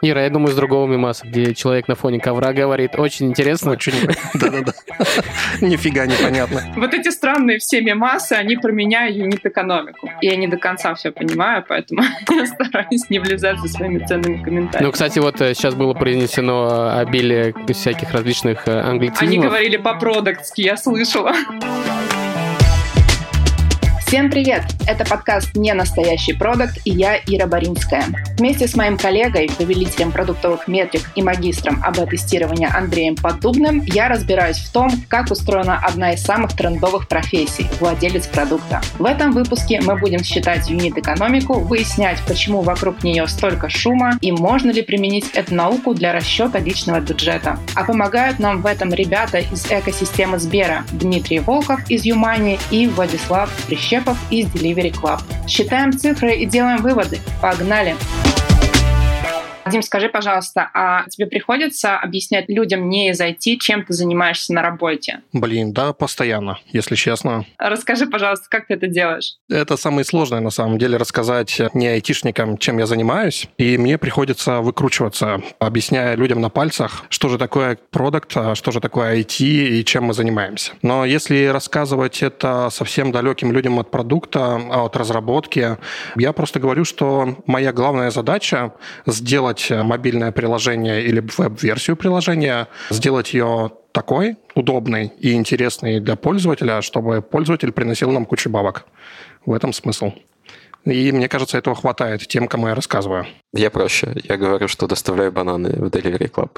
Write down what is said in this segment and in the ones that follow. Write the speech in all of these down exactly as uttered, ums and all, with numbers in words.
Ира, я думаю, с другого мемаса, где человек на фоне ковра говорит, очень интересно. Очень, да-да-да. Нифига непонятно. Вот эти странные все мемасы, они про меня и юнит-экономику. Я не до конца все понимаю, поэтому стараюсь не влезать со своими ценными комментариями. Ну, кстати, вот сейчас было произнесено обилие всяких различных англицизмов. Они говорили по-продактски, я слышала. Всем привет! Это подкаст «Не настоящий продакт» и я, Ира Боринская. Вместе с моим коллегой, повелителем продуктовых метрик и магистром АБ-тестирования Андреем Поддубным я разбираюсь в том, как устроена одна из самых трендовых профессий – владелец продукта. В этом выпуске мы будем считать юнит-экономику, выяснять, почему вокруг нее столько шума и можно ли применить эту науку для расчета личного бюджета. А помогают нам в этом ребята из экосистемы Сбера – Дмитрий Волков из Юмани и Владислав Прищепов из Delivery Club. Считаем цифры и делаем выводы. Погнали! Дим, скажи, пожалуйста, а тебе приходится объяснять людям не из ай ти, чем ты занимаешься на работе? Блин, да, постоянно, если честно. Расскажи, пожалуйста, как ты это делаешь? Это самое сложное, на самом деле, рассказать не айтишникам, чем я занимаюсь. И мне приходится выкручиваться, объясняя людям на пальцах, что же такое продакт, что же такое ай ти и чем мы занимаемся. Но если рассказывать это совсем далеким людям от продукта, от разработки, я просто говорю, что моя главная задача — сделать мобильное приложение или веб-версию приложения, сделать ее такой удобной и интересной для пользователя, чтобы пользователь приносил нам кучу бабок. В этом смысл. И мне кажется, этого хватает тем, кому я рассказываю. Я проще. Я говорю, что доставляю бананы в Delivery Club.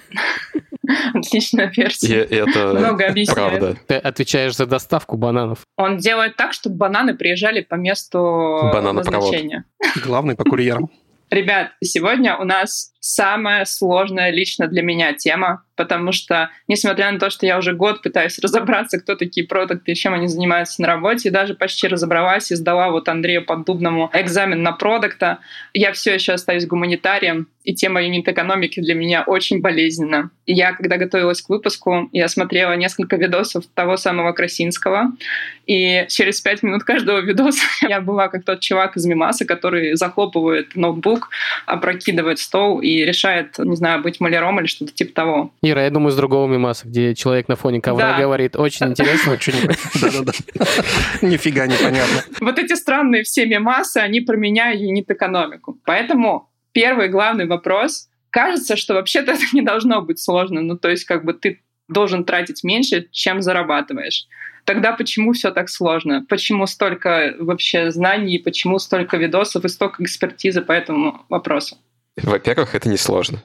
Отличная версия. И это много объясняет. Правда. Ты отвечаешь за доставку бананов. Он делает так, чтобы бананы приезжали по месту назначения. Главный по курьерам. Ребят, сегодня у нас самая сложная лично для меня тема, потому что, несмотря на то, что я уже год пытаюсь разобраться, кто такие продукты и чем они занимаются на работе, и даже почти разобралась и сдала вот Андрею Поддубному экзамен на продукта, я все еще остаюсь гуманитарием, и тема юнит-экономики для меня очень болезненна. И я, когда готовилась к выпуску, я смотрела несколько видосов того самого Красинского, и через пять минут каждого видоса я была как тот чувак из мемаса, который захлопывает ноутбук, опрокидывает стол и решает, не знаю, быть маляром или что-то типа того. Ира, я думаю, с другого мемаса, где человек на фоне ковра Да. говорит, очень интересно. Очень да-да-да. Нифига непонятно. Вот эти странные все мемасы, они про меня и юнит-экономику. Поэтому первый главный вопрос. Кажется, что вообще-то это не должно быть сложно. Ну, то есть как бы ты должен тратить меньше, чем зарабатываешь. Тогда почему все так сложно? Почему столько вообще знаний, почему столько видосов и столько экспертизы по этому вопросу? Во-первых, это несложно.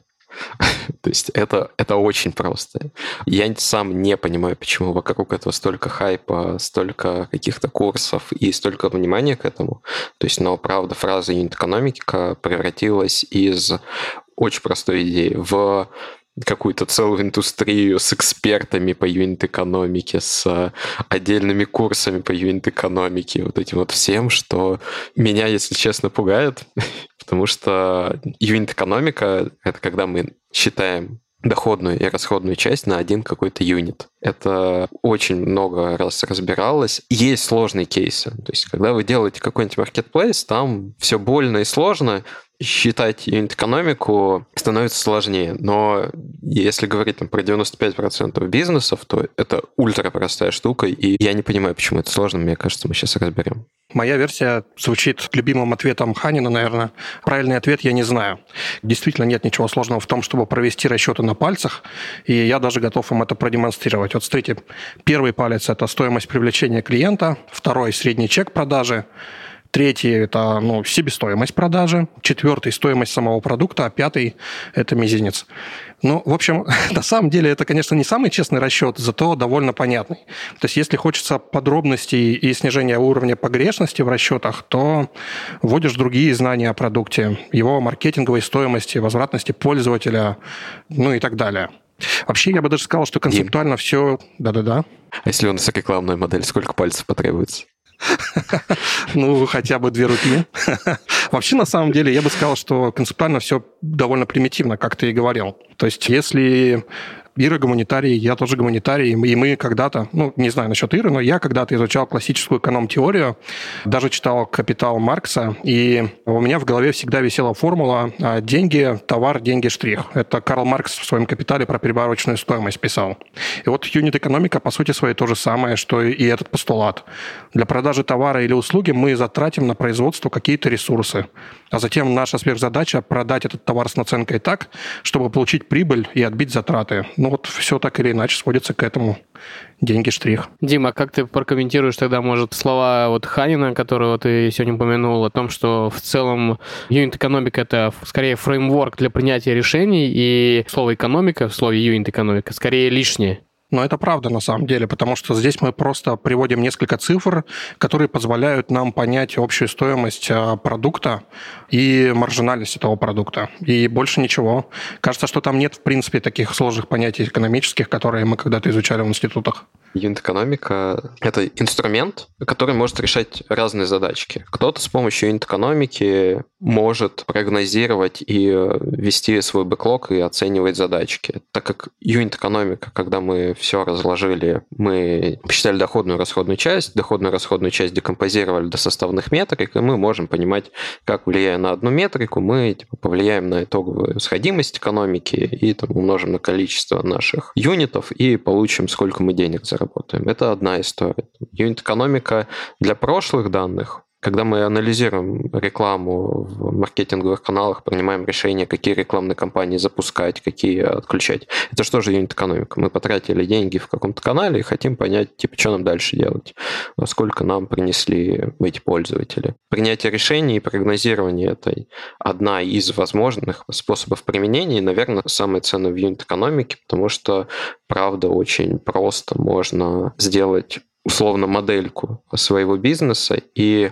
То есть это, это очень просто. Я сам не понимаю, почему вокруг этого столько хайпа, столько каких-то курсов и столько внимания к этому. То есть, но правда, фраза юнит-экономика превратилась из очень простой идеи в какую-то целую индустрию с экспертами по юнит-экономике, с отдельными курсами по юнит-экономике, вот этим вот всем, что меня, если честно, пугает, потому что юнит-экономика — это когда мы считаем доходную и расходную часть на один какой-то юнит. Это очень много раз разбиралось. Есть сложные кейсы. То есть, когда вы делаете какой-нибудь маркетплейс, там все больно и сложно. Считать юнит-экономику становится сложнее. Но если говорить там, про девяносто пять процентов бизнесов, то это ультрапростая штука, и я не понимаю, почему это сложно. Мне кажется, мы сейчас разберем. Моя версия звучит любимым ответом Ханина, наверное. Правильный ответ я не знаю. Действительно нет ничего сложного в том, чтобы провести расчеты на пальцах, и я даже готов им это продемонстрировать. Вот смотрите, первый палец – это стоимость привлечения клиента, второй – средний чек продажи, третий – это ну, себестоимость продажи, четвертый – стоимость самого продукта, а пятый – это мизинец. Ну, в общем, на самом деле это, конечно, не самый честный расчет, зато довольно понятный. То есть если хочется подробностей и снижения уровня погрешности в расчетах, то вводишь другие знания о продукте, его маркетинговой стоимости, возвратности пользователя, ну и так далее. Вообще, я бы даже сказал, что концептуально Дим. все... Да-да-да. А если у нас рекламная модель, сколько пальцев потребуется? Ну, хотя бы две руки. Вообще, на самом деле, я бы сказал, что концептуально все довольно примитивно, как ты и говорил. То есть, если Ира гуманитарий, я тоже гуманитарий, и мы когда-то, ну, не знаю насчет Иры, но я когда-то изучал классическую эконом-теорию, даже читал «Капитал» Маркса, и у меня в голове всегда висела формула «деньги, товар, деньги, штрих». Это Карл Маркс в своем «Капитале» про переборочную стоимость писал. И вот юнит-экономика, по сути своей, то же самое, что и этот постулат. Для продажи товара или услуги мы затратим на производство какие-то ресурсы, а затем наша сверхзадача продать этот товар с наценкой так, чтобы получить прибыль и отбить затраты. Ну вот все так или иначе сводится к этому. Деньги, штрих. Дима, как ты прокомментируешь тогда, может, слова вот Ханина, которого ты сегодня упомянул, о том, что в целом юнит-экономика — это скорее фреймворк для принятия решений, и слово «экономика» в слове юнит-экономика скорее лишнее? Но это правда на самом деле, потому что здесь мы просто приводим несколько цифр, которые позволяют нам понять общую стоимость продукта и маржинальность этого продукта. И больше ничего. Кажется, что там нет, в принципе, таких сложных понятий экономических, которые мы когда-то изучали в институтах. Юнит-экономика — это инструмент, который может решать разные задачки. Кто-то с помощью юнит-экономики может прогнозировать и вести свой бэклог и оценивать задачки. Так как юнит-экономика, когда мы все разложили, мы посчитали доходную и расходную часть, доходную и расходную часть декомпозировали до составных метрик, и мы можем понимать, как, влияя на одну метрику, мы типа, повлияем на итоговую сходимость экономики и там, умножим на количество наших юнитов и получим, сколько мы денег заработаем. Работаем. Это одна история. Юнит-экономика для прошлых данных, когда мы анализируем рекламу в маркетинговых каналах, принимаем решение, какие рекламные кампании запускать, какие отключать. Это что же юнит-экономика? Мы потратили деньги в каком-то канале и хотим понять, типа, что нам дальше делать, сколько нам принесли эти пользователи. Принятие решений и прогнозирование – это одна из возможных способов применения, и, наверное, самое ценное в юнит-экономике, потому что, правда, очень просто можно сделать условно модельку своего бизнеса, и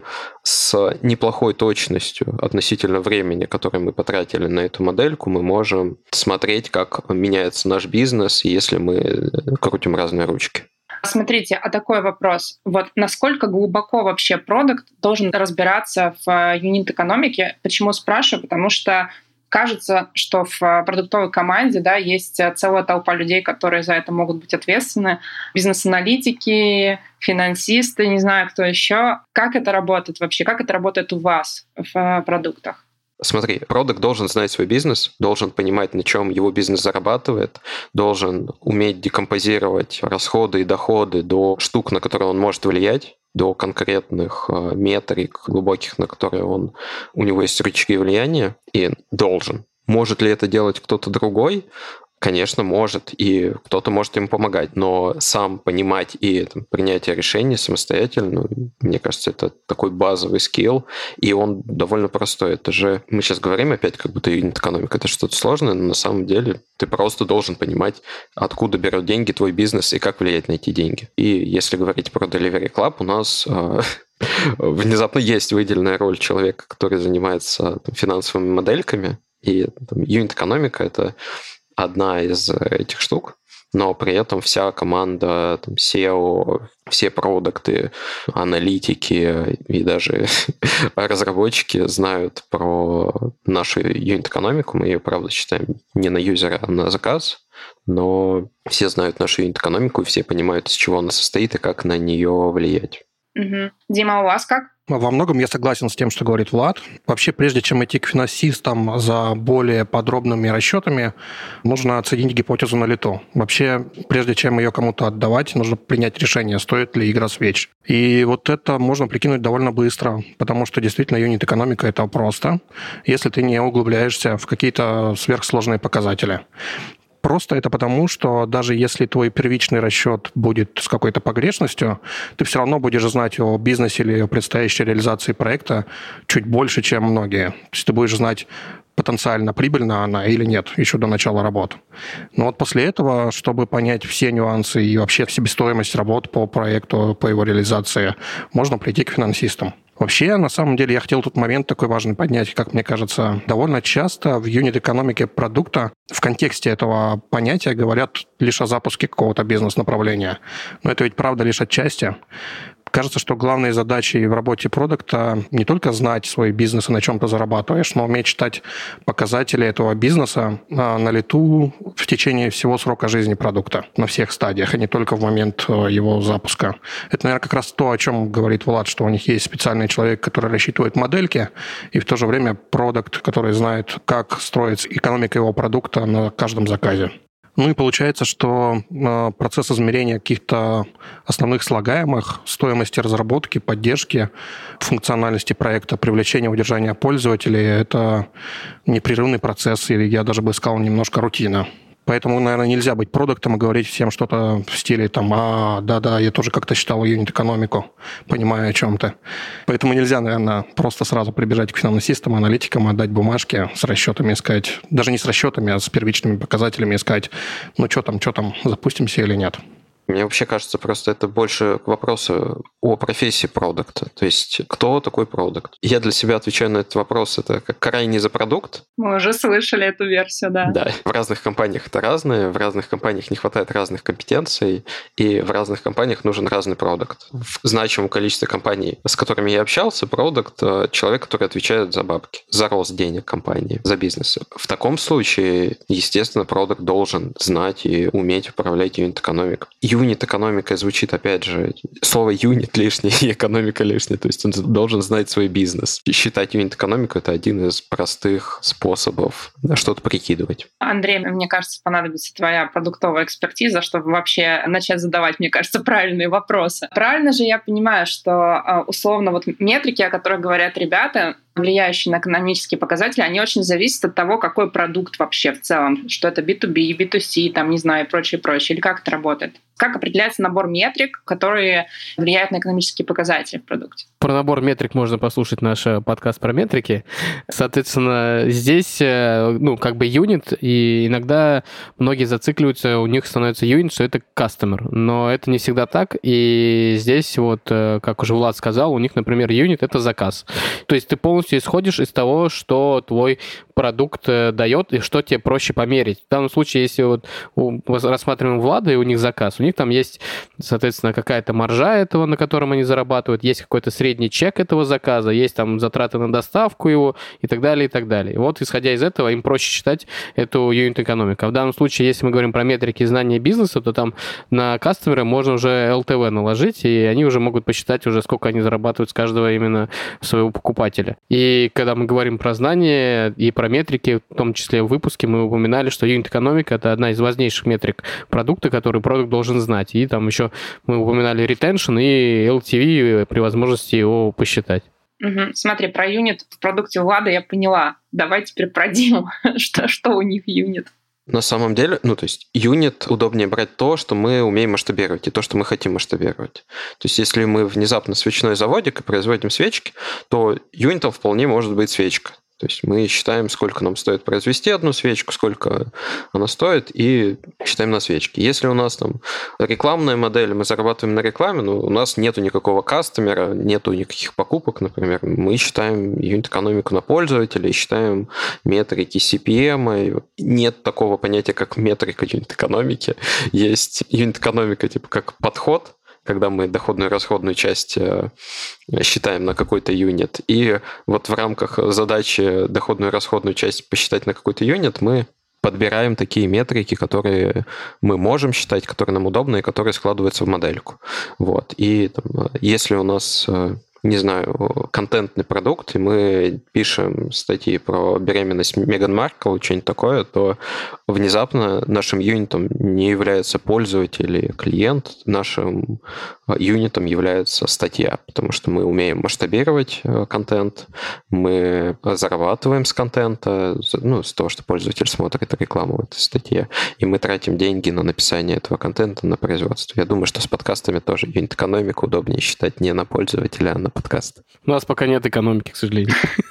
с неплохой точностью относительно времени, которое мы потратили на эту модельку, мы можем смотреть, как меняется наш бизнес, если мы крутим разные ручки. Смотрите, а такой вопрос. Вот насколько глубоко вообще продукт должен разбираться в юнит-экономике? Почему спрашиваю? Потому что кажется, что в продуктовой команде, да, есть целая толпа людей, которые за это могут быть ответственны. Бизнес-аналитики, финансисты, не знаю, кто еще. Как это работает вообще? Как это работает у вас в продуктах? Смотри, продакт должен знать свой бизнес, должен понимать, на чем его бизнес зарабатывает, должен уметь декомпозировать расходы и доходы до штук, на которые он может влиять, до конкретных метрик глубоких, на которые он, у него есть рычаги влияния, и должен. Может ли это делать кто-то другой? Конечно, может, и кто-то может ему помогать, но сам понимать и там, принятие решений самостоятельно, ну, мне кажется, это такой базовый скилл, и он довольно простой. Это же, мы сейчас говорим опять, как будто юнит-экономика, это что-то сложное, но на самом деле ты просто должен понимать, откуда берет деньги твой бизнес и как влиять на эти деньги. И если говорить про Delivery Club, у нас э, внезапно есть выделенная роль человека, который занимается там, финансовыми модельками, и там, юнит-экономика — это одна из этих штук, но при этом вся команда там, сео, все продукты, аналитики и даже разработчики знают про нашу юнит-экономику. Мы ее, правда, считаем не на юзера, а на заказ, но все знают нашу юнит-экономику, и все понимают, из чего она состоит и как на нее влиять. Угу. Дима, у вас как? Во многом я согласен с тем, что говорит Влад. Вообще, прежде чем идти к финансистам за более подробными расчетами, нужно оценить гипотезу на лету. Вообще, прежде чем ее кому-то отдавать, нужно принять решение, стоит ли игра свеч. И вот это можно прикинуть довольно быстро, потому что действительно юнит-экономика – это просто, если ты не углубляешься в какие-то сверхсложные показатели. Просто это потому, что даже если твой первичный расчет будет с какой-то погрешностью, ты все равно будешь знать о бизнесе или о предстоящей реализации проекта чуть больше, чем многие. То есть ты будешь знать, потенциально прибыльна она или нет, еще до начала работ. Но вот после этого, чтобы понять все нюансы и вообще себестоимость работ по проекту, по его реализации, можно прийти к финансистам. Вообще, на самом деле, я хотел тут момент такой важный поднять, как мне кажется, довольно часто в юнит-экономике продукта в контексте этого понятия говорят лишь о запуске какого-то бизнес-направления. Но это ведь правда лишь отчасти. Кажется, что главной задачей в работе продукта не только знать свой бизнес и на чем ты зарабатываешь, но уметь читать показатели этого бизнеса на лету в течение всего срока жизни продукта на всех стадиях, а не только в момент его запуска. Это, наверное, как раз то, о чем говорит Влад, что у них есть специальный человек, который рассчитывает модельки, и в то же время продукт, который знает, как строится экономика его продукта на каждом заказе. Ну и получается, что процесс измерения каких-то основных слагаемых, стоимости разработки, поддержки, функциональности проекта, привлечения, удержания пользователей – это непрерывный процесс, или я даже бы сказал, немножко рутина. Поэтому, наверное, нельзя быть продуктом и говорить всем что-то в стиле там, а, да-да, я тоже как-то считал юнит-экономику, понимаю о чем-то. Поэтому нельзя, наверное, просто сразу прибежать к финансистам, аналитикам, отдать бумажки с расчетами и сказать, даже не с расчетами, а с первичными показателями и сказать, ну что там, что там, запустимся или нет. Мне вообще кажется, просто это больше к вопросу о профессии продукта. То есть, кто такой продукт? Я для себя отвечаю на этот вопрос. Это как крайне за продукт. Мы уже слышали эту версию, да. Да. В разных компаниях это разное, в разных компаниях не хватает разных компетенций, и в разных компаниях нужен разный продукт. В значимом количестве компаний, с которыми я общался, продукт — человек, который отвечает за бабки, за рост денег компании, за бизнес. В таком случае, естественно, продукт должен знать и уметь управлять юнит-экономикой. Юнит-экономика звучит, опять же, слово юнит лишнее и экономика лишняя, то есть он должен знать свой бизнес. И считать юнит-экономику — это один из простых способов что-то прикидывать. Андрей, мне кажется, понадобится твоя продуктовая экспертиза, чтобы вообще начать задавать, мне кажется, правильные вопросы. Правильно же я понимаю, что условно вот метрики, о которых говорят ребята, влияющие на экономические показатели, они очень зависят от того, какой продукт вообще в целом, что это би ту би, би ту си, там, не знаю, и прочее, прочее, или как это работает. Как определяется набор метрик, которые влияют на экономические показатели в продукте? Про набор метрик можно послушать наш подкаст про метрики. Соответственно, здесь, ну, как бы юнит, и иногда многие зацикливаются, у них становится юнит, что это customer, но это не всегда так, и здесь вот, как уже Влад сказал, у них, например, юнит — это заказ. То есть ты полностью исходишь из того, что твой продукт дает и что тебе проще померить. В данном случае, если вот рассматриваем Влада, и у них заказ, у них там есть, соответственно, какая-то маржа этого, на котором они зарабатывают, есть какой-то средний чек этого заказа, есть там затраты на доставку его и так далее, и так далее. И вот, исходя из этого, им проще считать эту юнит-экономику. А в данном случае, если мы говорим про метрики знания бизнеса, то там на кастомера можно уже эл ти ви наложить, и они уже могут посчитать уже, сколько они зарабатывают с каждого именно своего покупателя. И когда мы говорим про знания и про метрики, в том числе в выпуске мы упоминали, что юнит-экономика — это одна из важнейших метрик продукта, который продукт должен знать. И там еще мы упоминали ретеншн и эл ти ви при возможности его посчитать. Угу. Смотри, про юнит в продукте Влада я поняла. Давай теперь про Диму. что, что у них юнит? На самом деле, ну, то есть юнит удобнее брать то, что мы умеем масштабировать, и то, что мы хотим масштабировать. То есть если мы внезапно свечной заводик и производим свечки, то юнитом вполне может быть свечка. То есть мы считаем, сколько нам стоит произвести одну свечку, сколько она стоит, и считаем на свечке. Если у нас там рекламная модель, мы зарабатываем на рекламе, но у нас нету никакого кастомера, нету никаких покупок, например, мы считаем юнит-экономику на пользователя, считаем метрики си пи эм. Нет такого понятия, как метрика юнит-экономики. Есть юнит-экономика типа как подход, когда мы доходную и расходную часть считаем на какой-то юнит. И вот в рамках задачи доходную и расходную часть посчитать на какой-то юнит мы подбираем такие метрики, которые мы можем считать, которые нам удобны и которые складываются в модельку. Вот. И там, если у нас, не знаю, контентный продукт, и мы пишем статьи про беременность Меган Маркл, что-нибудь такое, то внезапно нашим юнитом не является пользователь или клиент, нашим юнитом является статья, потому что мы умеем масштабировать контент, мы зарабатываем с контента, ну, с того, что пользователь смотрит рекламу в этой статье, и мы тратим деньги на написание этого контента, на производство. Я думаю, что с подкастами тоже юнит-экономику удобнее считать не на пользователя, а на подкаст. У нас пока нет экономики, к сожалению.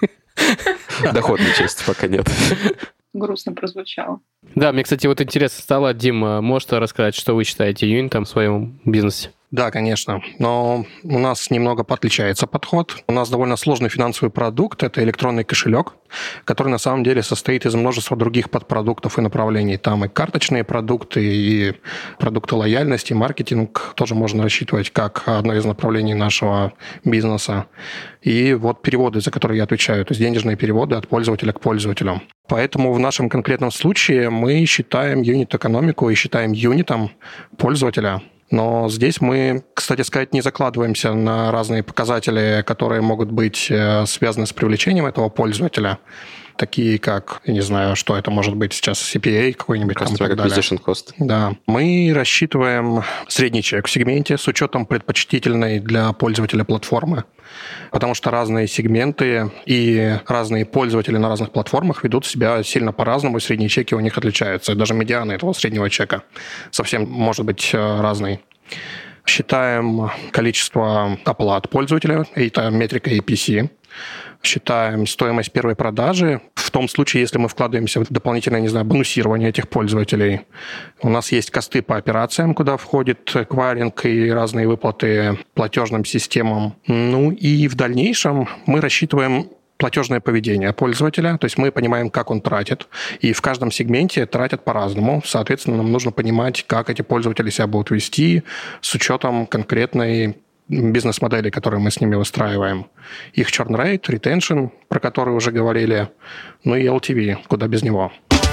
Доходной части пока нет. Грустно прозвучало. Да, мне, кстати, вот интересно стало, Дим, можешь рассказать, что вы считаете юнитом в своем бизнесе? Да, конечно, но у нас немного отличается подход. У нас довольно сложный финансовый продукт, это электронный кошелек, который на самом деле состоит из множества других подпродуктов и направлений. Там и карточные продукты, и продукты лояльности, маркетинг тоже можно рассчитывать как одно из направлений нашего бизнеса. И вот переводы, за которые я отвечаю, то есть денежные переводы от пользователя к пользователю. Поэтому в нашем конкретном случае мы считаем юнит-экономику и считаем юнитом пользователя. Но здесь мы, кстати сказать, не закладываемся на разные показатели, которые могут быть связаны с привлечением этого пользователя, такие как, я не знаю, что это может быть сейчас, си пи эй какой-нибудь там и так далее. Acquisition cost. Да. Мы рассчитываем средний чек в сегменте с учетом предпочтительной для пользователя платформы, потому что разные сегменты и разные пользователи на разных платформах ведут себя сильно по-разному, и средние чеки у них отличаются. И даже медиана этого среднего чека совсем может быть разный. Считаем количество оплат пользователя, это метрика эй пи си. Считаем стоимость первой продажи. В том случае, если мы вкладываемся в дополнительное, не знаю, бонусирование этих пользователей. У нас есть косты по операциям, куда входит эквайринг и разные выплаты платежным системам. Ну и в дальнейшем мы рассчитываем платежное поведение пользователя, то есть мы понимаем, как он тратит, и в каждом сегменте тратят по-разному. Соответственно, нам нужно понимать, как эти пользователи себя будут вести с учетом конкретной бизнес-модели, которые мы с ними выстраиваем. Их churn rate, retention, про который уже говорили, ну и эл ти ви, куда без него.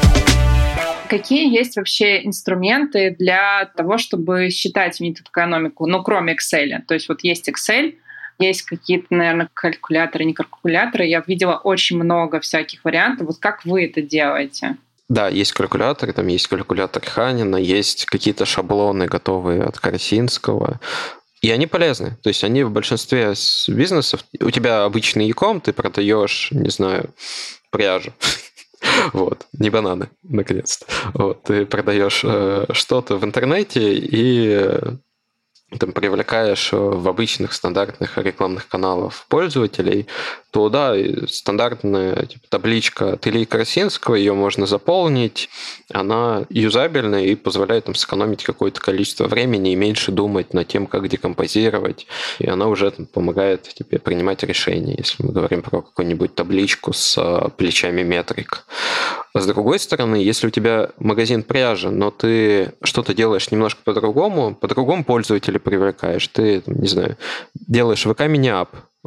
Какие есть вообще инструменты для того, чтобы считать юнит-экономику, ну, кроме Excel? То есть вот есть Excel, есть какие-то, наверное, калькуляторы, не калькуляторы. Я видела очень много всяких вариантов. Вот как вы это делаете? Да, есть калькуляторы, там есть калькулятор Ханина, есть какие-то шаблоны, готовые от Карасинского. И они полезны. То есть они в большинстве бизнесов... У тебя обычный e-com, ты продаешь, не знаю, пряжу. Вот, не бананы, наконец-то. Вот, ты продаешь э, что-то в интернете и там привлекаешь в обычных стандартных рекламных каналах пользователей, то да, стандартная типа, табличка от Ильи Карасинского, ее можно заполнить, она юзабельная и позволяет там, сэкономить какое-то количество времени и меньше думать над тем, как декомпозировать, и она уже там, помогает тебе принимать решения, если мы говорим про какую-нибудь табличку с плечами метрик. С другой стороны, если у тебя магазин пряжи, но ты что-то делаешь немножко по-другому, по-другому пользователя привлекаешь, ты, не знаю, делаешь ви кей мини-ап,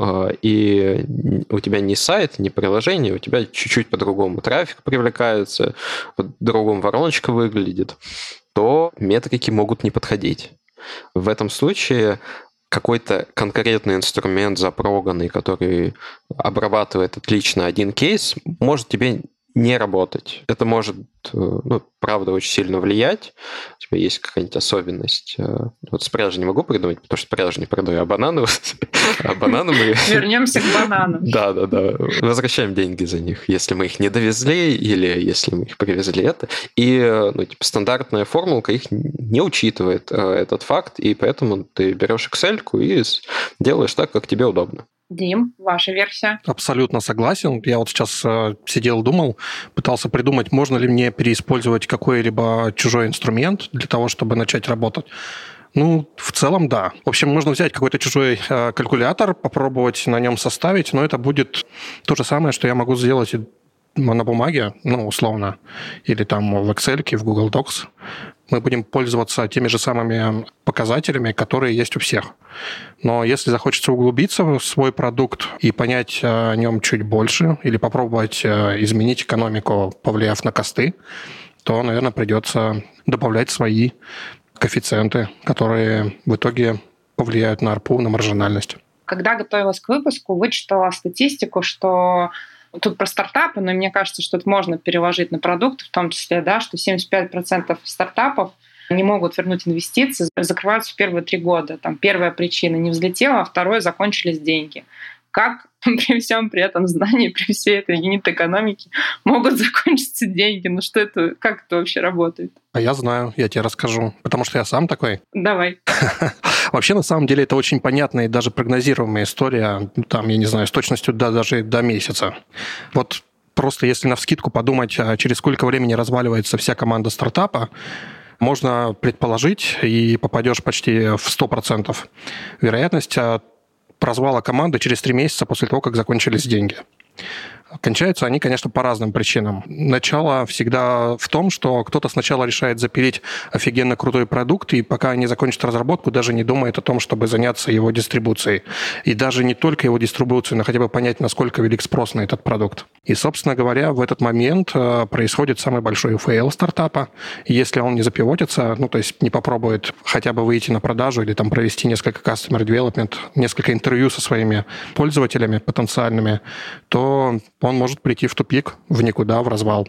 и у тебя не сайт, не приложение, у тебя чуть-чуть по-другому трафик привлекается, по-другому вороночка выглядит, то метрики могут не подходить. В этом случае какой-то конкретный инструмент запроганный, который обрабатывает отлично один кейс, может тебе не работать. Это может, ну, правда, очень сильно влиять. У тебя есть какая-нибудь особенность. Вот с пряжей не могу придумать, потому что пряжу не продаю, а бананы... А бананы мы... Вернемся к бананам. Да, да, да. Возвращаем деньги за них, если мы их не довезли или если мы их привезли это. И, ну, типа, стандартная формулка их не учитывает этот факт, и поэтому ты берешь Excel-ку и делаешь так, как тебе удобно. Дим, ваша версия? Абсолютно согласен. Я вот сейчас э, сидел, думал, пытался придумать, можно ли мне переиспользовать какой-либо чужой инструмент для того, чтобы начать работать. Ну, в целом, да. В общем, можно взять какой-то чужой э, калькулятор, попробовать на нем составить, но это будет то же самое, что я могу сделать на бумаге, ну, условно, или там в Excel, в Google Docs. Мы будем пользоваться теми же самыми показателями, которые есть у всех. Но если захочется углубиться в свой продукт и понять о нем чуть больше, или попробовать изменить экономику, повлияв на косты, то, наверное, придется добавлять свои коэффициенты, которые в итоге повлияют на ар пи ю, на маржинальность. Когда готовилась к выпуску, вычитала статистику, что тут про стартапы, но мне кажется, что это можно переложить на продукты, в том числе, да, что семьдесят пять процентов стартапов не могут вернуть инвестиции, закрываются в первые три года. Там первая причина не взлетела, а второй закончились деньги. Как при всем при этом знании, при всей этой юнит-экономике могут закончиться деньги? Ну что это, как это вообще работает? А я знаю, я тебе расскажу, потому что я сам такой. Давай. Вообще, на самом деле, это очень понятная и даже прогнозируемая история, там, я не знаю, с точностью до, даже до месяца. Вот просто если навскидку подумать, через сколько времени разваливается вся команда стартапа, можно предположить, и попадешь почти в сто процентов вероятность развала команды через три месяца после того, как закончились деньги. Кончаются они, конечно, по разным причинам. Начало всегда в том, что кто-то сначала решает запилить офигенно крутой продукт, и пока не закончит разработку, даже не думает о том, чтобы заняться его дистрибуцией. И даже не только его дистрибуцией, но хотя бы понять, насколько велик спрос на этот продукт. И, собственно говоря, в этот момент происходит самый большой фейл стартапа. И если он не запивотится, ну, то есть не попробует хотя бы выйти на продажу или там провести несколько customer development, несколько интервью со своими пользователями потенциальными, то он может прийти в тупик, в никуда, в развал.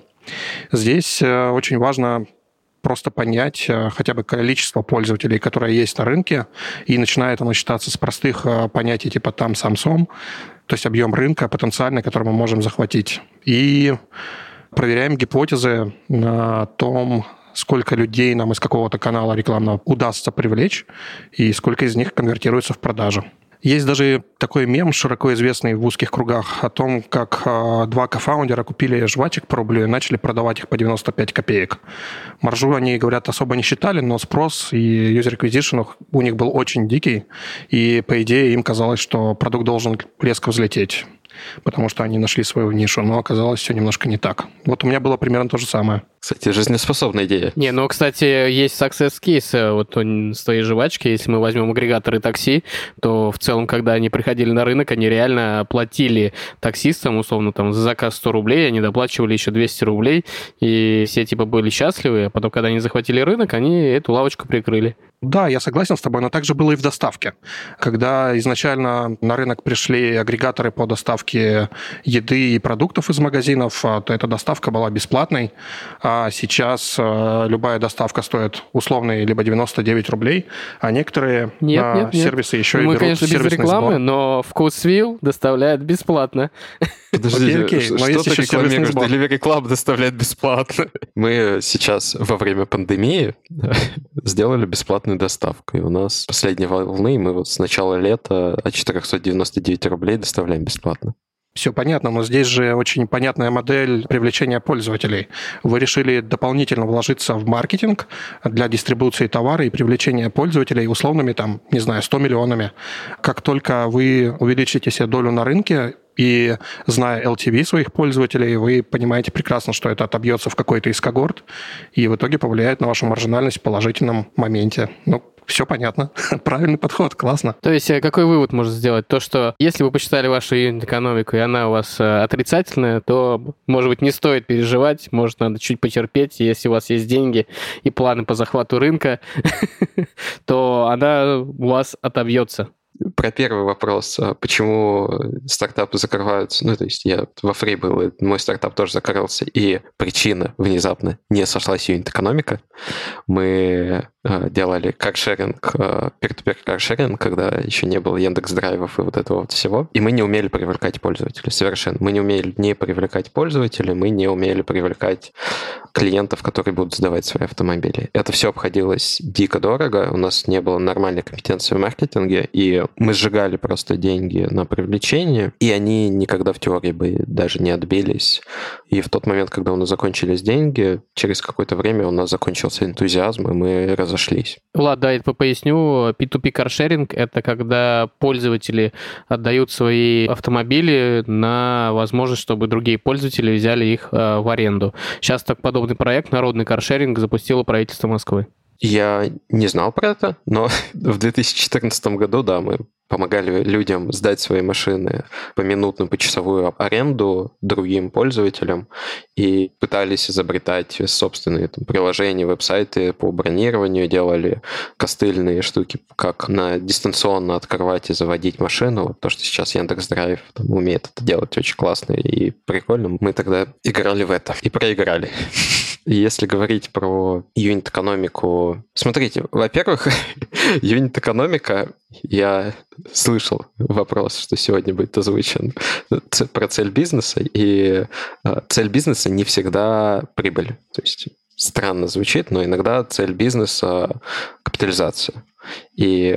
Здесь очень важно просто понять хотя бы количество пользователей, которые есть на рынке, и начинает оно считаться с простых понятий типа там, сам, сом, то есть объем рынка потенциальный, который мы можем захватить. И проверяем гипотезы на том, сколько людей нам из какого-то канала рекламного удастся привлечь, и сколько из них конвертируется в продажу. Есть даже такой мем, широко известный в узких кругах, о том, как э, два кофаундера купили жвачек по рублю и начали продавать их по девяносто пять копеек. Маржу они, говорят, особо не считали, но спрос и user acquisition у них был очень дикий, и, по идее, им казалось, что продукт должен резко взлететь, потому что они нашли свою нишу, но оказалось все немножко не так. Вот у меня было примерно то же самое. Кстати, жизнеспособная идея. Не, ну, кстати, есть success case вот с твоей жвачки. Если мы возьмем агрегаторы такси, то в целом, когда они приходили на рынок, они реально платили таксистам, условно, там, за заказ сто рублей, они доплачивали еще двести рублей, и все, типа, были счастливы, а потом, когда они захватили рынок, они эту лавочку прикрыли. Да, я согласен с тобой, но так же было и в доставке. Когда изначально на рынок пришли агрегаторы по доставке еды и продуктов из магазинов, то эта доставка была бесплатной, а сейчас любая доставка стоит условные либо девяносто девять рублей, а некоторые нет, нет, сервисы нет. еще Мы, и берут конечно, без сервисный рекламы, сбор. Но Вкусвилл доставляет бесплатно. Подождите, окей, окей, но что есть ты еще сервисный рекламируешь? сбор. Delivery Club доставляет бесплатно. Мы сейчас во время пандемии сделали бесплатную доставку. И у нас последней волны, мы вот с начала лета от четыреста девяносто девять рублей доставляем бесплатно. Все понятно, но здесь же очень понятная модель привлечения пользователей. Вы решили дополнительно вложиться в маркетинг для дистрибуции товара и привлечения пользователей условными, там, не знаю, сто миллионами. Как только вы увеличите себе долю на рынке, и зная эл ти ви своих пользователей, вы понимаете прекрасно, что это отобьется в какой-то из когорт, и в итоге повлияет на вашу маржинальность в положительном моменте. Ну, все понятно. Правильный подход, классно. То есть какой вывод можно сделать? То, что если вы посчитали вашу экономику, и она у вас отрицательная, то, может быть, не стоит переживать, может, надо чуть потерпеть. Если у вас есть деньги и планы по захвату рынка, то она у вас отобьется. Про первый вопрос, почему стартапы закрываются, ну, то есть я во Free был, мой стартап тоже закрылся, и причина внезапно не сошлась юнит-экономика. Мы делали каршеринг, peer-to-peer каршеринг, когда еще не было Яндекс.Драйвов и вот этого вот всего, и мы не умели привлекать пользователей совершенно. Мы не умели не привлекать пользователей, мы не умели привлекать клиентов, которые будут сдавать свои автомобили. Это все обходилось дико дорого, у нас не было нормальной компетенции в маркетинге, и мы сжигали просто деньги на привлечение, и они никогда в теории бы даже не отбились. И в тот момент, когда у нас закончились деньги, через какое-то время у нас закончился энтузиазм, и мы разошлись. Влад, да, я поясню. пи ту пи каршеринг — это когда пользователи отдают свои автомобили на возможность, чтобы другие пользователи взяли их э, в аренду. Сейчас так подобный проект «Народный каршеринг» запустило правительство Москвы. Я не знал про это, но в две тысячи четырнадцатом году, да, мы помогали людям сдать свои машины по минутную, по часовую аренду другим пользователям и пытались изобретать собственные там, приложения, веб-сайты по бронированию, делали костыльные штуки, как на дистанционно открывать и заводить машину. Вот то, что сейчас Яндекс.Драйв там, умеет это делать очень классно и прикольно. Мы тогда играли в это и проиграли. Если говорить про юнит-экономику... Смотрите, во-первых, юнит-экономика, я слышал вопрос, что сегодня будет озвучен, про цель бизнеса, и цель бизнеса не всегда прибыль. То есть странно звучит, но иногда цель бизнеса — капитализация. И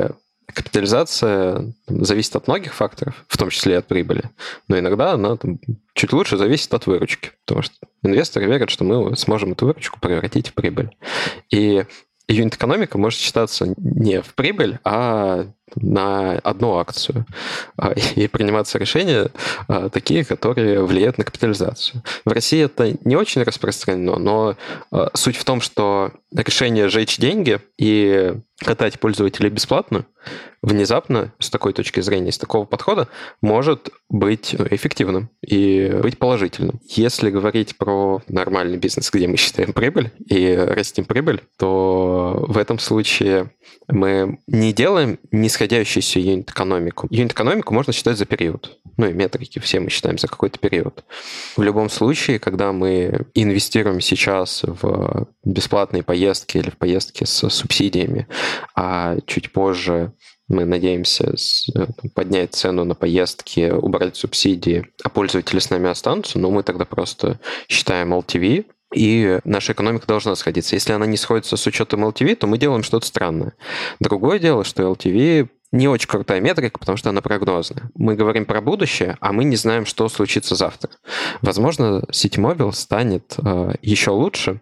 капитализация зависит от многих факторов, в том числе и от прибыли, но иногда она там, чуть лучше зависит от выручки, потому что инвесторы верят, что мы сможем эту выручку превратить в прибыль. И юнит-экономика может считаться не в прибыль, а на одну акцию. И приниматься решения такие, которые влияют на капитализацию. В России это не очень распространено, но суть в том, что решение сжечь деньги и катать пользователей бесплатно внезапно, с такой точки зрения, с такого подхода, может быть эффективным и быть положительным. Если говорить про нормальный бизнес, где мы считаем прибыль и растим прибыль, то в этом случае мы не делаем нисходящуюся юнит-экономику. Юнит-экономику можно считать за период. Ну и метрики все мы считаем за какой-то период. В любом случае, когда мы инвестируем сейчас в бесплатные поездки или в поездки с субсидиями, а чуть позже мы надеемся поднять цену на поездки, убрать субсидии, а пользователи с нами останутся, но мы тогда просто считаем эл ти ви, и наша экономика должна сходиться. Если она не сходится с учетом эл ти ви, то мы делаем что-то странное. Другое дело, что эл ти ви не очень крутая метрика, потому что она прогнозная. Мы говорим про будущее, а мы не знаем, что случится завтра. Возможно, Ситимобил станет э, еще лучше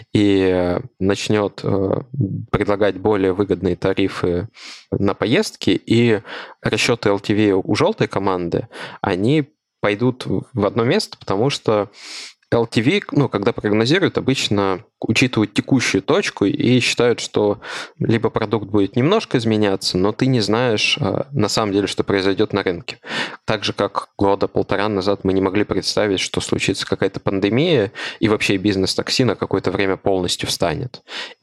и начнет э, предлагать более выгодные тарифы на поездки, и расчеты эл ти ви у желтой команды, они пойдут в одно место, потому что эл ти ви, ну, когда прогнозируют, обычно учитывают текущую точку и считают, что либо продукт будет немножко изменяться, но ты не знаешь на самом деле, что произойдет на рынке. Так же, как года полтора назад мы не могли представить, что случится какая-то пандемия, и вообще бизнес-такси на какое-то время полностью встанет.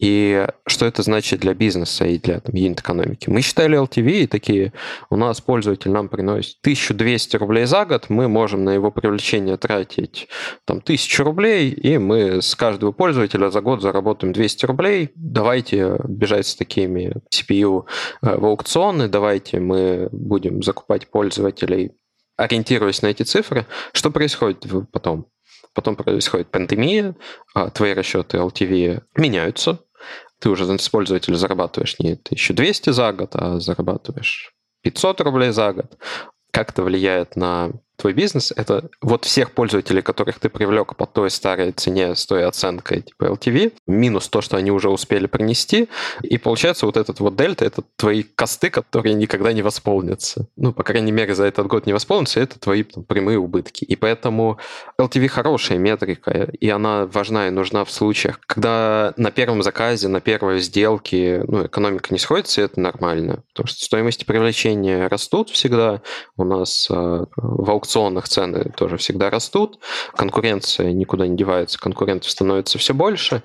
И что это значит для бизнеса и для там, юнит-экономики? Мы считали эл ти ви и такие, у нас пользователь нам приносит тысячу двести рублей за год, мы можем на его привлечение тратить там, тысячу рублей, и мы с каждого пользователя за год заработаем двести рублей. Давайте бежать с такими си пи ю в аукционы, давайте мы будем закупать пользователей, ориентируясь на эти цифры. Что происходит потом? Потом происходит пандемия, твои расчеты эл ти ви меняются, ты уже с пользователя зарабатываешь не тысячу двести за год, а зарабатываешь пятьсот рублей за год. Как это влияет на твой бизнес? Это вот всех пользователей, которых ты привлек по той старой цене, с той оценкой типа эл ти ви, минус то, что они уже успели принести, и получается вот этот вот дельта, это твои косты, которые никогда не восполнятся. Ну, по крайней мере, за этот год не восполнятся, это твои там, прямые убытки. И поэтому эл ти ви хорошая метрика, и она важна и нужна в случаях, когда на первом заказе, на первой сделке ну, экономика не сходится, и это нормально. Потому что стоимости привлечения растут всегда, у нас э, в аукционах цены тоже всегда растут, конкуренция никуда не девается, конкурентов становится все больше,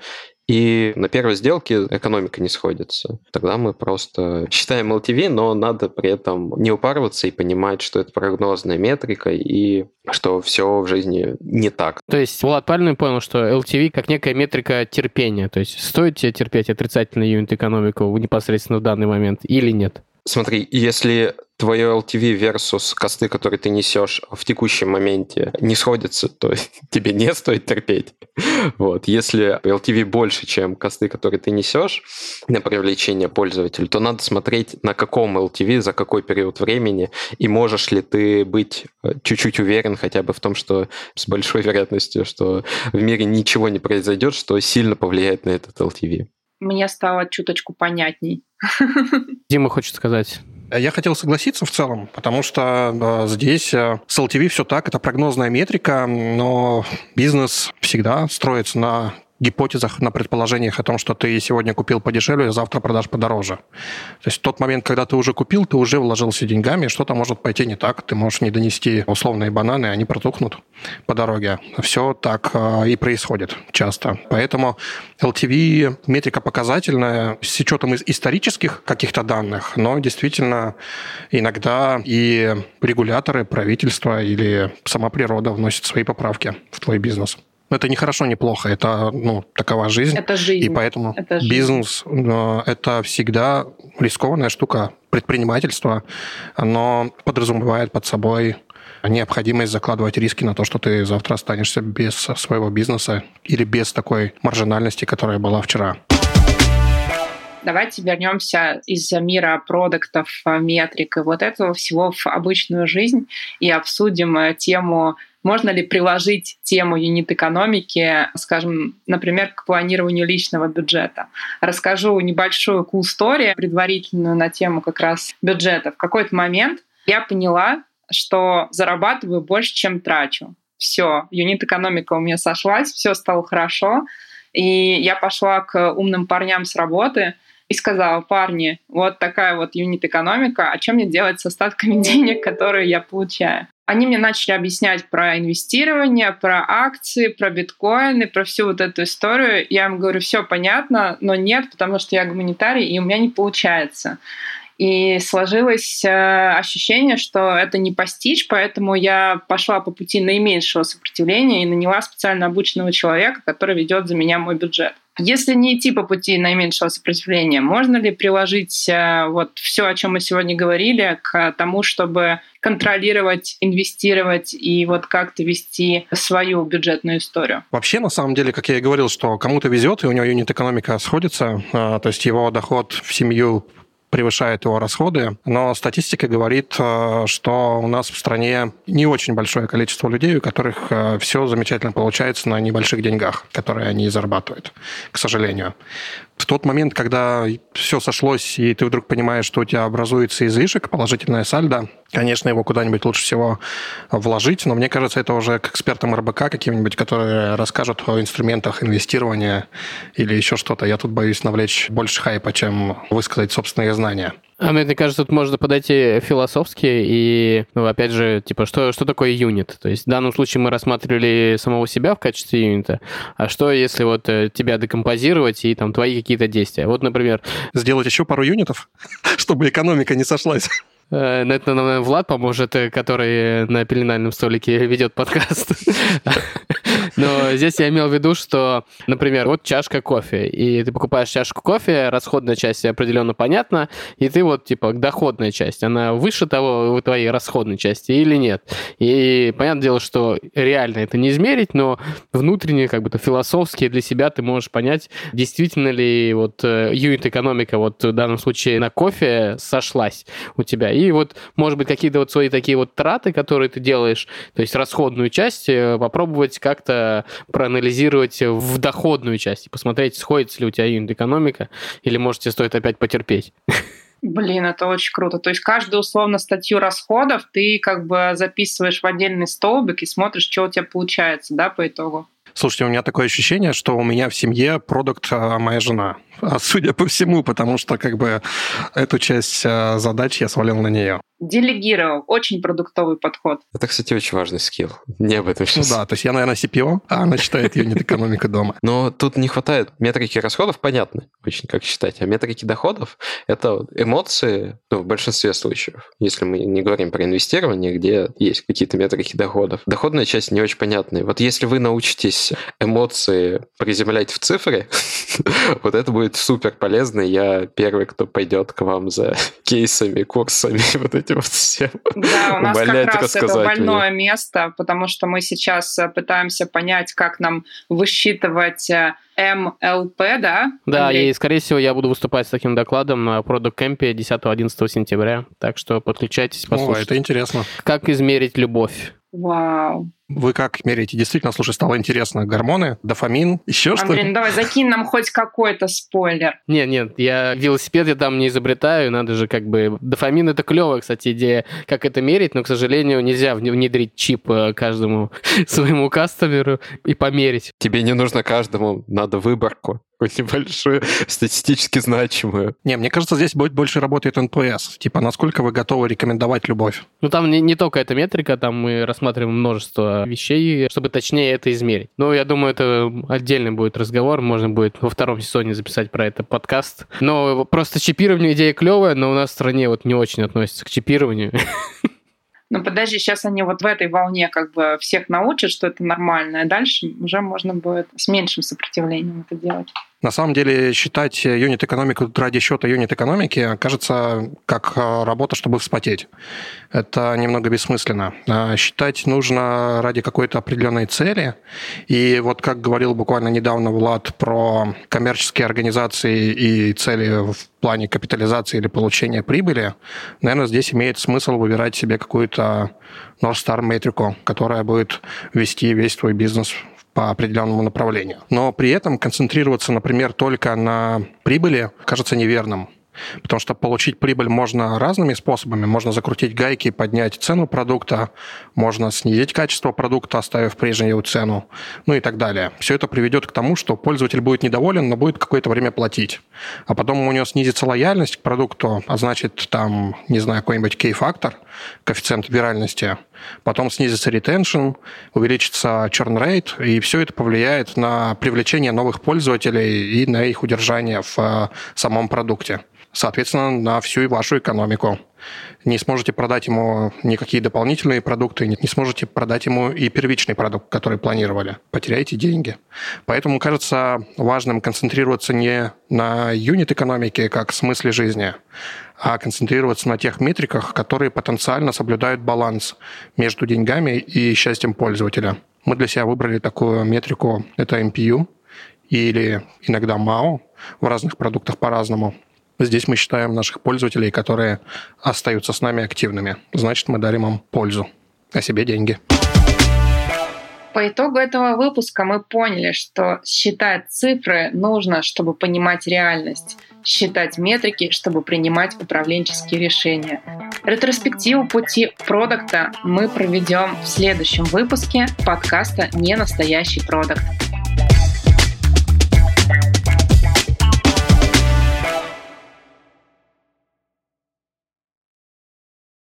и на первой сделке экономика не сходится. Тогда мы просто считаем эл ти ви, но надо при этом не упарываться и понимать, что это прогнозная метрика и что все в жизни не так. То есть Влад правильно понял, что эл ти ви как некая метрика терпения, то есть стоит тебе терпеть отрицательную юнит-экономику непосредственно в данный момент или нет? Смотри, если твое эл ти ви versus косты, которые ты несешь в текущем моменте, не сходятся, то тебе не стоит терпеть. Вот. Если эл ти ви больше, чем косты, которые ты несешь на привлечение пользователя, то надо смотреть, на каком эл ти ви, за какой период времени, и можешь ли ты быть чуть-чуть уверен хотя бы в том, что с большой вероятностью, что в мире ничего не произойдет, что сильно повлияет на этот эл ти ви. Мне стало чуточку понятней. Дима хочет сказать. Я хотел согласиться в целом, потому что э, здесь э, с эл ти ви все так, это прогнозная метрика, но бизнес всегда строится на гипотезах, на предположениях о том, что ты сегодня купил подешевле, а завтра продашь подороже. То есть в тот момент, когда ты уже купил, ты уже вложился деньгами, что-то может пойти не так, ты можешь не донести условные бананы, они протухнут по дороге. Все так э, и происходит часто. Поэтому эл ти ви метрика показательная с учетом из исторических каких-то данных, но действительно иногда и регуляторы, правительство или сама природа вносят свои поправки в твой бизнес. Это не хорошо, не плохо, это ну, такова жизнь. Это жизнь. И поэтому это жизнь. Бизнес – это всегда рискованная штука. Предпринимательство, оно подразумевает под собой необходимость закладывать риски на то, что ты завтра останешься без своего бизнеса или без такой маржинальности, которая была вчера. Давайте вернемся из мира продуктов, метрик и вот этого всего в обычную жизнь и обсудим тему, можно ли приложить тему юнит-экономики, скажем, например, к планированию личного бюджета. Расскажу небольшую cool story, предварительную на тему как раз бюджета. В какой-то момент я поняла, что зарабатываю больше, чем трачу. Все, юнит-экономика у меня сошлась, все стало хорошо. И я пошла к умным парням с работы и сказала: парни, вот такая вот юнит-экономика, а что мне делать с остатками денег, которые я получаю? Они мне начали объяснять про инвестирование, про акции, про биткоины, про всю вот эту историю. Я им говорю: все понятно, но нет, потому что я гуманитарий, и у меня не получается. И сложилось ощущение, что это не постичь, поэтому я пошла по пути наименьшего сопротивления и наняла специально обученного человека, который ведет за меня мой бюджет. Если не идти по пути наименьшего сопротивления, можно ли приложить вот все, о чем мы сегодня говорили, к тому, чтобы контролировать, инвестировать и вот как-то вести свою бюджетную историю? Вообще, на самом деле, как я и говорил, что кому-то везет, и у него юнит-экономика сходится, то есть его доход в семью превышает его расходы, но статистика говорит, что у нас в стране не очень большое количество людей, у которых все замечательно получается на небольших деньгах, которые они зарабатывают, к сожалению. В тот момент, когда все сошлось, и ты вдруг понимаешь, что у тебя образуется излишек, положительное сальдо, конечно, его куда-нибудь лучше всего вложить, но мне кажется, это уже к экспертам эр бэ ка каким-нибудь, которые расскажут о инструментах инвестирования или еще что-то. Я тут боюсь навлечь больше хайпа, чем высказать собственные знания. А мне кажется, тут можно подойти философски и, ну, опять же, типа, что, что такое юнит? То есть в данном случае мы рассматривали самого себя в качестве юнита, а что если вот тебя декомпозировать и там твои какие-то действия? Вот, например... Сделать еще пару юнитов, чтобы экономика не сошлась. Это, наверное, Влад поможет, который на пеленальном столике ведет подкаст. Но здесь я имел в виду, что, например, вот чашка кофе, и ты покупаешь чашку кофе, расходная часть определенно понятна, и ты вот, типа, доходная часть, она выше того, твоей расходной части или нет? И понятное дело, что реально это не измерить, но внутренне, как бы-то философски для себя ты можешь понять, действительно ли вот юнит-экономика вот в данном случае на кофе сошлась у тебя. И вот, может быть, какие-то вот свои такие вот траты, которые ты делаешь, то есть расходную часть, попробовать как-то проанализировать в доходную часть и посмотреть, сходится ли у тебя юнит-экономика, или, может, тебе стоит опять потерпеть. Блин, это очень круто. То есть каждую, условно, статью расходов ты как бы записываешь в отдельный столбик и смотришь, что у тебя получается, да, по итогу? Слушайте, у меня такое ощущение, что у меня в семье продукт моя жена. Судя по всему, потому что как бы эту часть задач я свалил на нее. Делегировал. Очень продуктовый подход. Это, кстати, очень важный скилл. Не об этом сейчас. Ну да, то есть я, наверное, си пи о, а она считает юнит-экономику дома. Но тут не хватает метрики расходов, понятно, очень как считать. А метрики доходов — это эмоции, ну, в большинстве случаев. Если мы не говорим про инвестирование, где есть какие-то метрики доходов. Доходная часть не очень понятная. Вот если вы научитесь эмоции приземлять в цифры, вот это будет супер полезно. Я первый, кто пойдет к вам за кейсами, курсами, вот этим вот всем. Да, у нас как раз это больное место, потому что мы сейчас пытаемся понять, как нам высчитывать эм эл пи, да? Да, Андрей? И, скорее всего, я буду выступать с таким докладом на Product Camp десятого-одиннадцатого сентября. Так что подключайтесь, послушайте. О, это интересно. Как измерить любовь? Вау. Вы как меряете? Действительно, слушай, стало интересно. Гормоны, дофамин, еще что-то? Андрей, ну давай закинь нам хоть какой-то спойлер. Нет, нет, я велосипед я там не изобретаю, надо же как бы... Дофамин — это клевая, кстати, идея, как это мерить, но, к сожалению, нельзя внедрить чип каждому своему кастомеру и померить. Тебе не нужно каждому, надо выборку. Небольшую, статистически значимую. Не, мне кажется, здесь будет больше работает эн пи эс. Типа, насколько вы готовы рекомендовать любовь? Ну, там не, не только эта метрика, там мы рассматриваем множество вещей, чтобы точнее это измерить. Но я думаю, это отдельный будет разговор, можно будет во втором сезоне записать про это подкаст. Но просто чипирование идея клевая, но у нас в стране вот не очень относится к чипированию. Ну, подожди, сейчас они вот в этой волне как бы всех научат, что это нормально, а дальше уже можно будет с меньшим сопротивлением это делать. На самом деле считать юнит-экономику ради счета юнит-экономики кажется как работа, чтобы вспотеть. Это немного бессмысленно. Считать нужно ради какой-то определенной цели. И вот как говорил буквально недавно Влад про коммерческие организации и цели в плане капитализации или получения прибыли, наверное, здесь имеет смысл выбирать себе какую-то North Star метрику, которая будет вести весь твой бизнес по определенному направлению. Но при этом концентрироваться, например, только на прибыли кажется неверным. Потому что получить прибыль можно разными способами. Можно закрутить гайки, поднять цену продукта, можно снизить качество продукта, оставив прежнюю цену, ну и так далее. Все это приведет к тому, что пользователь будет недоволен, но будет какое-то время платить. А потом у него снизится лояльность к продукту, а значит, там, не знаю, какой-нибудь кей-фактор, коэффициент виральности. Потом снизится retention, увеличится churn rate, и все это повлияет на привлечение новых пользователей и на их удержание в самом продукте. Соответственно, на всю вашу экономику. Не сможете продать ему никакие дополнительные продукты, не сможете продать ему и первичный продукт, который планировали. Потеряете деньги. Поэтому кажется важным концентрироваться не на юнит-экономике, как смысле жизни, а концентрироваться на тех метриках, которые потенциально соблюдают баланс между деньгами и счастьем пользователя. Мы для себя выбрали такую метрику, это эм пи ю или иногда мао, в разных продуктах по-разному. Здесь мы считаем наших пользователей, которые остаются с нами активными. Значит, мы дарим им пользу, а себе деньги. По итогу этого выпуска мы поняли, что считать цифры нужно, чтобы понимать реальность, считать метрики, чтобы принимать управленческие решения. Ретроспективу пути продукта мы проведем в следующем выпуске подкаста «Не настоящий продукт».